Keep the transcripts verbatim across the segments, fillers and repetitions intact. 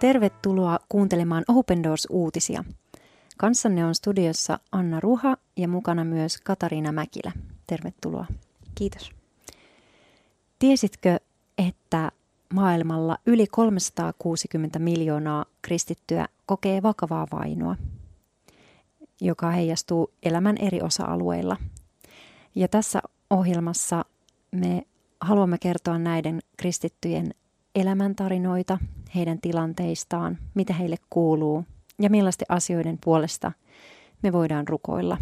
Tervetuloa kuuntelemaan Open Doors-uutisia. Kanssanne on studiossa Anna Ruha ja mukana myös Katariina Mäkilä. Tervetuloa. Kiitos. Tiesitkö, että maailmalla yli kolmesataakuusikymmentä miljoonaa kristittyä kokee vakavaa vainoa, joka heijastuu elämän eri osa-alueilla? Ja tässä ohjelmassa me haluamme kertoa näiden kristittyjen elämäntarinoita, heidän tilanteistaan, mitä heille kuuluu ja millaisten asioiden puolesta me voidaan rukoilla.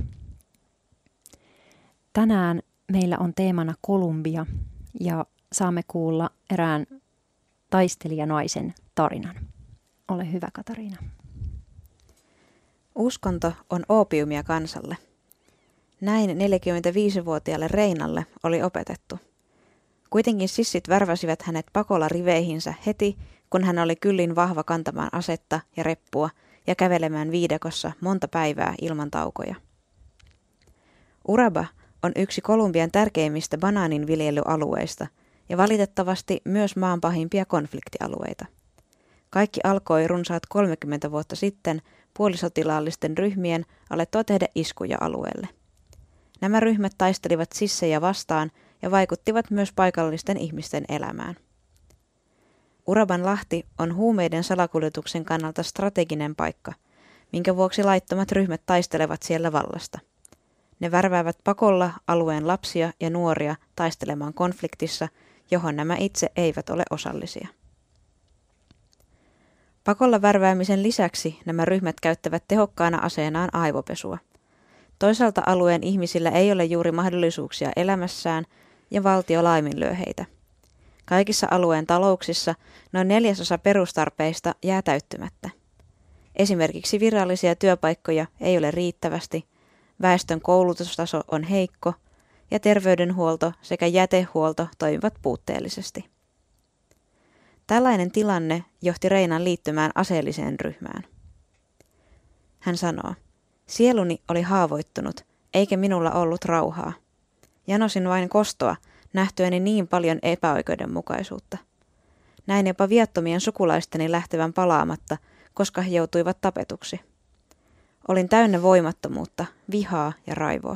Tänään meillä on teemana Kolumbia ja saamme kuulla erään taistelijanaisen tarinan. Ole hyvä, Katariina. Uskonto on oopiumia kansalle. Näin neljäkymmentäviisivuotiaalle Reinalle oli opetettu. Kuitenkin sissit värväsivät hänet pakolla riveihinsä heti, kun hän oli kyllin vahva kantamaan asetta ja reppua ja kävelemään viidakossa monta päivää ilman taukoja. Uraba on yksi Kolumbian tärkeimmistä banaaninviljelyalueista ja valitettavasti myös maan pahimpia konfliktialueita. Kaikki alkoi runsaat kolmekymmentä vuotta sitten puolisotilaallisten ryhmien alettua tehdä iskuja alueelle. Nämä ryhmät taistelivat sissejä vastaan ja vaikuttivat myös paikallisten ihmisten elämään. Uraban lahti on huumeiden salakuljetuksen kannalta strateginen paikka, minkä vuoksi laittomat ryhmät taistelevat siellä vallasta. Ne värväävät pakolla alueen lapsia ja nuoria taistelemaan konfliktissa, johon nämä itse eivät ole osallisia. Pakolla värväämisen lisäksi nämä ryhmät käyttävät tehokkaana aseenaan aivopesua. Toisaalta alueen ihmisillä ei ole juuri mahdollisuuksia elämässään ja valtio laiminlyö heitä. Kaikissa alueen talouksissa noin neljäsosa perustarpeista jää täyttymättä. Esimerkiksi virallisia työpaikkoja ei ole riittävästi, väestön koulutustaso on heikko ja terveydenhuolto sekä jätehuolto toimivat puutteellisesti. Tällainen tilanne johti Reinan liittymään aseelliseen ryhmään. Hän sanoo, sieluni oli haavoittunut, eikä minulla ollut rauhaa. Janosin vain kostoa, nähtyäni niin paljon epäoikeudenmukaisuutta. Näin jopa viattomien sukulaisteni lähtevän palaamatta, koska he joutuivat tapetuksi. Olin täynnä voimattomuutta, vihaa ja raivoa.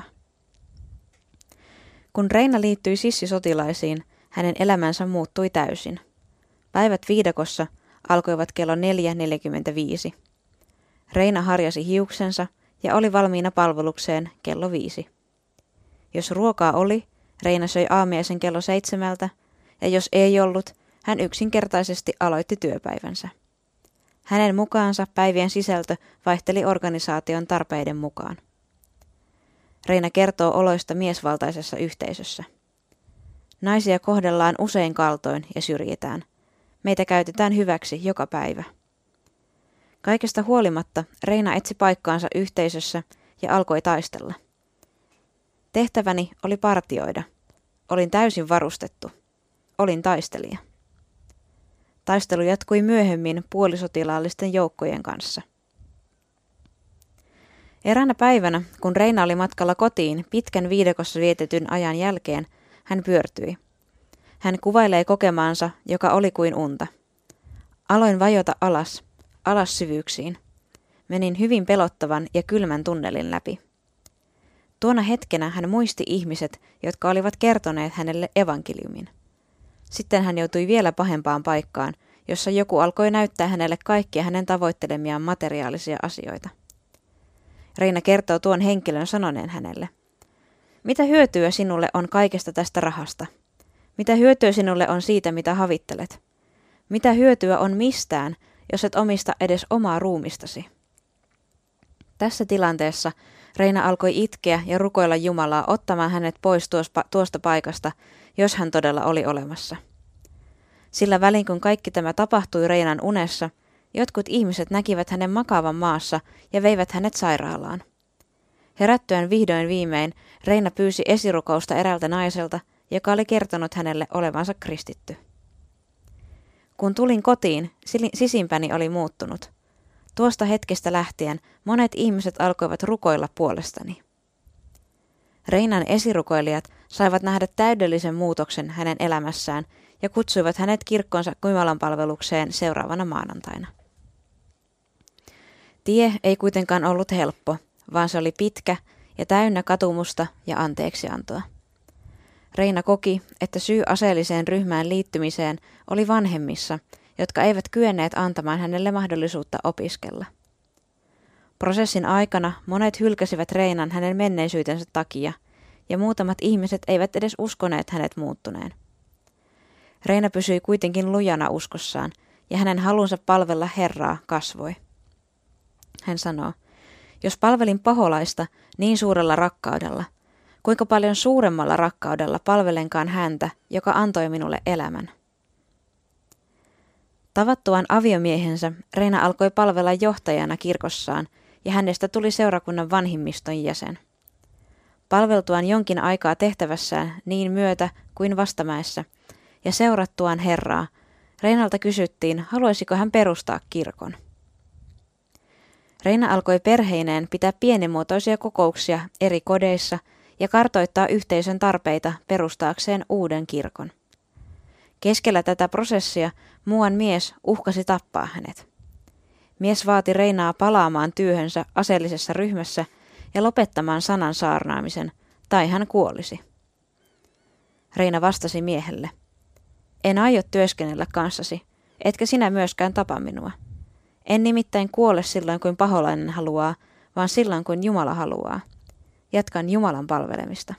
Kun Reina liittyi sissisotilaisiin, hänen elämänsä muuttui täysin. Päivät viidakossa alkoivat kello neljä neljäkymmentäviisi. Reina harjasi hiuksensa ja oli valmiina palvelukseen kello viisi. Jos ruokaa oli, Reina söi aamiaisen kello seitsemältä, ja jos ei ollut, hän yksinkertaisesti aloitti työpäivänsä. Hänen mukaansa päivien sisältö vaihteli organisaation tarpeiden mukaan. Reina kertoo oloista miesvaltaisessa yhteisössä. Naisia kohdellaan usein kaltoin ja syrjitään. Meitä käytetään hyväksi joka päivä. Kaikesta huolimatta Reina etsi paikkaansa yhteisössä ja alkoi taistella. Tehtäväni oli partioida. Olin täysin varustettu. Olin taistelija. Taistelu jatkui myöhemmin puolisotilaallisten joukkojen kanssa. Eräänä päivänä, kun Reina oli matkalla kotiin pitkän viidakossa vietetyn ajan jälkeen, hän pyörtyi. Hän kuvailee kokemaansa, joka oli kuin unta. Aloin vajota alas, alas syvyyksiin. Menin hyvin pelottavan ja kylmän tunnelin läpi. Tuona hetkenä hän muisti ihmiset, jotka olivat kertoneet hänelle evankeliumin. Sitten hän joutui vielä pahempaan paikkaan, jossa joku alkoi näyttää hänelle kaikkia hänen tavoittelemiaan materiaalisia asioita. Reina kertoo tuon henkilön sanoneen hänelle. Mitä hyötyä sinulle on kaikesta tästä rahasta? Mitä hyötyä sinulle on siitä, mitä havittelet? Mitä hyötyä on mistään, jos et omista edes omaa ruumistasi? Tässä tilanteessa Reina alkoi itkeä ja rukoilla Jumalaa ottamaan hänet pois tuosta paikasta, jos hän todella oli olemassa. Sillä välin kun kaikki tämä tapahtui Reinan unessa, jotkut ihmiset näkivät hänen makaavan maassa ja veivät hänet sairaalaan. Herättyään vihdoin viimein Reina pyysi esirukousta eräältä naiselta, joka oli kertonut hänelle olevansa kristitty. Kun tulin kotiin, sisimpäni oli muuttunut. Tuosta hetkestä lähtien monet ihmiset alkoivat rukoilla puolestani. Reinan esirukoilijat saivat nähdä täydellisen muutoksen hänen elämässään ja kutsuivat hänet kirkkonsa Jumalanpalvelukseen seuraavana maanantaina. Tie ei kuitenkaan ollut helppo, vaan se oli pitkä ja täynnä katumusta ja anteeksiantoa. Reina koki, että syy aseelliseen ryhmään liittymiseen oli vanhemmissa, jotka eivät kyenneet antamaan hänelle mahdollisuutta opiskella. Prosessin aikana monet hylkäsivät Reinan hänen menneisyytensä takia, ja muutamat ihmiset eivät edes uskoneet hänet muuttuneen. Reina pysyi kuitenkin lujana uskossaan, ja hänen halunsa palvella Herraa kasvoi. Hän sanoo, jos palvelin paholaista niin suurella rakkaudella, kuinka paljon suuremmalla rakkaudella palvelenkaan häntä, joka antoi minulle elämän. Tavattuaan aviomiehensä Reina alkoi palvella johtajana kirkossaan, ja hänestä tuli seurakunnan vanhimmiston jäsen. Palveltuaan jonkin aikaa tehtävässään niin myötä kuin Vastamäessä, ja seurattuaan Herraa, Reinalta kysyttiin, haluaisiko hän perustaa kirkon. Reina alkoi perheineen pitää pienimuotoisia kokouksia eri kodeissa ja kartoittaa yhteisön tarpeita perustaakseen uuden kirkon. Keskellä tätä prosessia muuan mies uhkasi tappaa hänet. Mies vaati Reinaa palaamaan työhönsä aseellisessa ryhmässä ja lopettamaan sanan saarnaamisen, tai hän kuolisi. Reina vastasi miehelle, en aio työskennellä kanssasi, etkä sinä myöskään tapa minua. En nimittäin kuole silloin, kuin paholainen haluaa, vaan silloin, kuin Jumala haluaa. Jatkan Jumalan palvelemista.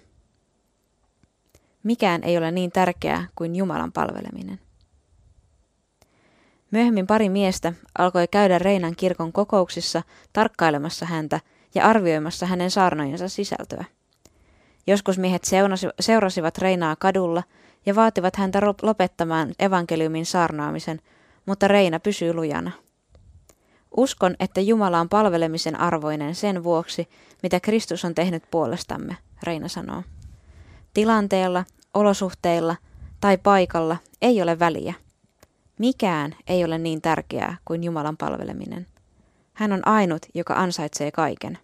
Mikään ei ole niin tärkeää kuin Jumalan palveleminen. Myöhemmin pari miestä alkoi käydä Reinan kirkon kokouksissa tarkkailemassa häntä ja arvioimassa hänen saarnojensa sisältöä. Joskus miehet seurasivat Reinaa kadulla ja vaativat häntä lopettamaan evankeliumin saarnaamisen, mutta Reina pysyy lujana. Uskon, että Jumala on palvelemisen arvoinen sen vuoksi, mitä Kristus on tehnyt puolestamme, Reina sanoo. Tilanteella, olosuhteilla tai paikalla ei ole väliä. Mikään ei ole niin tärkeää kuin Jumalan palveleminen. Hän on ainut, joka ansaitsee kaiken.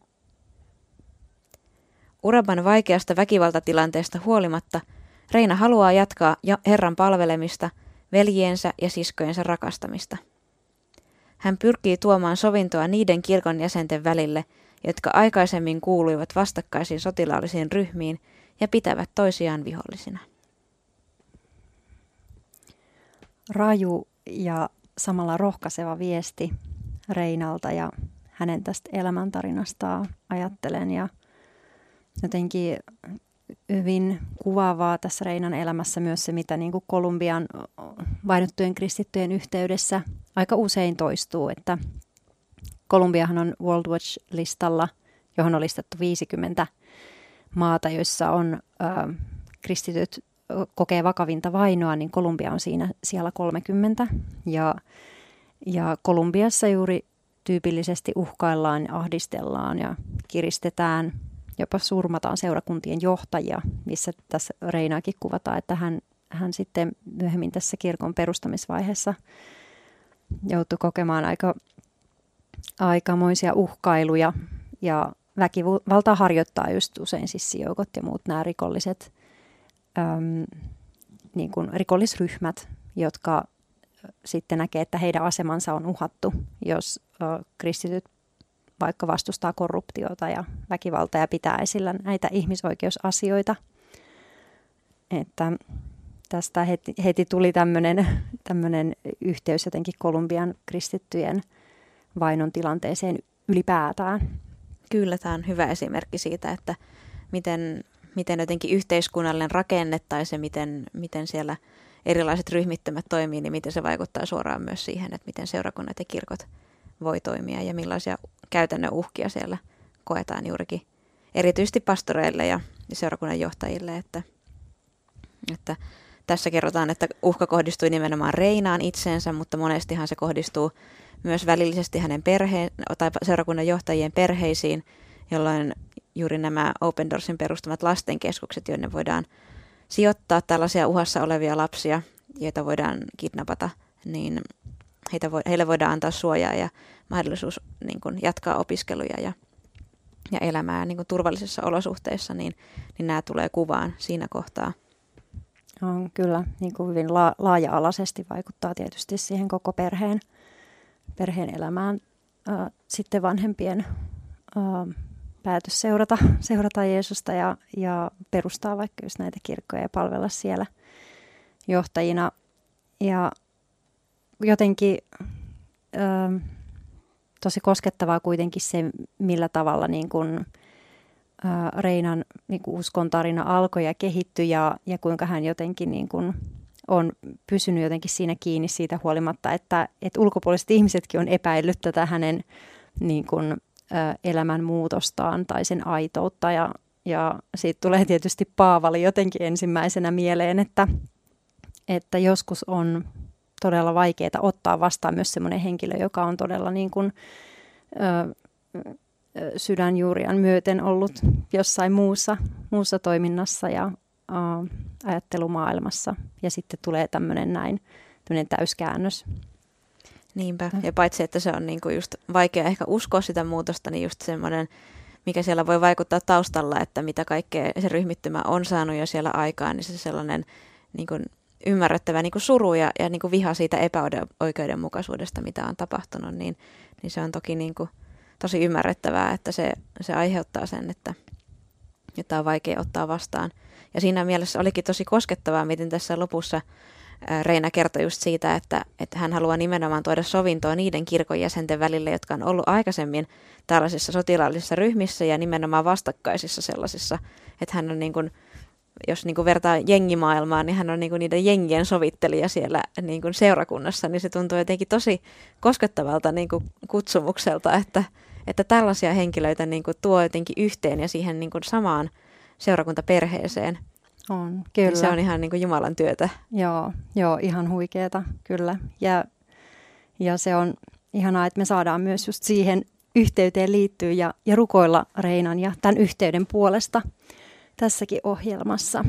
Uraban vaikeasta väkivaltatilanteesta huolimatta Reina haluaa jatkaa Herran palvelemista, veljiensä ja siskojensa rakastamista. Hän pyrkii tuomaan sovintoa niiden kirkon jäsenten välille, jotka aikaisemmin kuuluivat vastakkaisiin sotilaallisiin ryhmiin ja pitävät toisiaan vihollisina. Raju ja samalla rohkaiseva viesti Reinalta ja hänen tästä elämäntarinastaan ajattelen. Ja jotenkin hyvin kuvaavaa tässä Reinan elämässä myös se, mitä niin kuin Kolumbian vainottujen kristittyjen yhteydessä aika usein toistuu, että Kolumbiahan on World Watch-listalla, johon on listattu viisikymmentä maata, joissa on ö, kristityt kokee vakavinta vainoa, niin Kolumbia on siinä siellä kolmekymmentä. Ja, ja Kolumbiassa juuri tyypillisesti uhkaillaan, ahdistellaan ja kiristetään, jopa surmataan seurakuntien johtajia, missä tässä Reinaakin kuvataan, että hän, hän sitten myöhemmin tässä kirkon perustamisvaiheessa joutui kokemaan aika, aikamoisia uhkailuja ja väkivaltaa harjoittaa just usein sissijoukot ja muut nämä rikolliset, äm, niin kuin rikollisryhmät, jotka sitten näkee, että heidän asemansa on uhattu, jos ä, kristityt vaikka vastustaa korruptiota ja väkivaltaa ja pitää esillä näitä ihmisoikeusasioita. Että tästä heti, heti tuli tämmöinen, tämmöinen yhteys jotenkin Kolumbian kristittyjen vainon tilanteeseen ylipäätään. Kyllä, tämä on hyvä esimerkki siitä, että miten, miten jotenkin yhteiskunnallinen rakenne tai se, miten, miten siellä erilaiset ryhmittymät toimii, niin miten se vaikuttaa suoraan myös siihen, että miten seurakunnat ja kirkot voi toimia ja millaisia käytännön uhkia siellä koetaan juurikin erityisesti pastoreille ja seurakunnan johtajille, että, että tässä kerrotaan, että uhka kohdistui nimenomaan Reinaan itseensä, mutta monestihan se kohdistuu myös välillisesti hänen perheen tai seurakunnan johtajien perheisiin, jolloin juuri nämä Open Doorsin perustamat lastenkeskukset, joiden voidaan sijoittaa tällaisia uhassa olevia lapsia, joita voidaan kidnapata, niin heitä vo, heille voidaan antaa suojaa ja mahdollisuus niin kuin jatkaa opiskeluja ja, ja elämää niin kuin turvallisissa olosuhteissa, niin, niin nämä tulee kuvaan siinä kohtaa. On kyllä niin kuin hyvin la, laaja-alaisesti vaikuttaa tietysti siihen koko perheen, perheen elämään äh, sitten vanhempien äh, päätös seurata, seurata Jeesusta ja, ja perustaa vaikka just näitä kirkkoja ja palvella siellä johtajina. Ja jotenkin äh, tosi koskettavaa kuitenkin se, millä tavalla niin kun, äh, Reinan niin kun uskon tarina alkoi ja kehittyi ja, ja kuinka hän jotenkin niin kun on pysynyt jotenkin siinä kiinni siitä huolimatta, että, että ulkopuoliset ihmisetkin on epäillyt tätä hänen niin kun, ä, elämän muutostaan tai sen aitoutta. Ja, ja siitä tulee tietysti Paavali jotenkin ensimmäisenä mieleen, että, että joskus on todella vaikeaa ottaa vastaan myös sellainen henkilö, joka on todella niin kun, ä, sydänjuurian myöten ollut jossain muussa, muussa toiminnassa ja Uh, ajattelumaailmassa ja sitten tulee tämmöinen näin, tämmöinen täyskäännös. Niinpä, ja paitsi että se on niinku just vaikea ehkä uskoa sitä muutosta, niin just semmoinen, mikä siellä voi vaikuttaa taustalla, että mitä kaikkea se ryhmittymä on saanut jo siellä aikaan, niin se sellainen niinku ymmärrettävä niinku suru ja, ja niinku viha siitä epäoikeudenmukaisuudesta, mitä on tapahtunut, niin, niin se on toki niinku tosi ymmärrettävää, että se, se aiheuttaa sen, että jota on vaikea ottaa vastaan. Ja siinä mielessä olikin tosi koskettavaa, miten tässä lopussa Reina kertoi just siitä, että, että hän haluaa nimenomaan tuoda sovintoa niiden kirkon jäsenten välille, jotka on ollut aikaisemmin tällaisissa sotilaallisissa ryhmissä ja nimenomaan vastakkaisissa sellaisissa. Että hän on niin kuin, jos niin kuin vertaa jengimaailmaan, niin hän on niin kuin niiden jengien sovittelija siellä niin kuin seurakunnassa, niin se tuntuu jotenkin tosi koskettavalta niin kuin kutsumukselta, että, että tällaisia henkilöitä niin kuin tuo jotenkin yhteen ja siihen niin kuin samaan seurakuntaperheeseen. On, kyllä. Niin se on ihan niin kuin Jumalan työtä. Joo, joo, ihan huikeeta, kyllä. Ja, ja se on ihanaa, että me saadaan myös just siihen yhteyteen liittyä ja, ja rukoilla Reinan ja tämän yhteyden puolesta tässäkin ohjelmassa.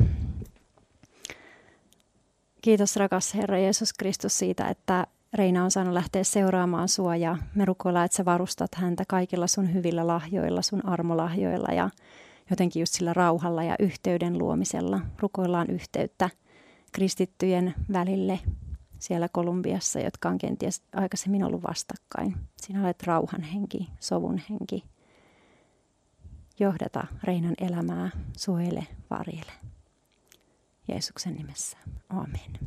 Kiitos rakas Herra Jeesus Kristus siitä, että Reina on saanut lähteä seuraamaan sua ja me rukoillaan, että sä varustat häntä kaikilla sun hyvillä lahjoilla, sun armolahjoilla ja jotenkin just sillä rauhalla ja yhteyden luomisella. Rukoillaan yhteyttä kristittyjen välille siellä Kolumbiassa, jotka on kenties aikaisemmin ollut vastakkain. Sinä olet rauhan henki, sovun henki. Johdata Reinan elämää, suojele, varjele. Jeesuksen nimessä. Amen.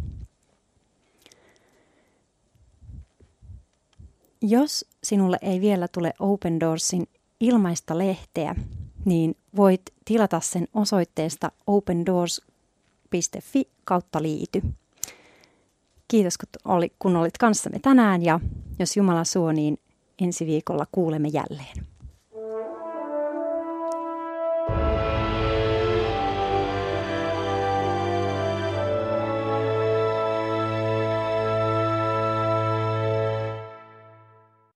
Jos sinulle ei vielä tule Open Doorsin ilmaista lehteä, niin voit tilata sen osoitteesta opendoors piste fi kautta liity. Kiitos kun olit kanssamme tänään ja jos Jumala suo, niin ensi viikolla kuulemme jälleen.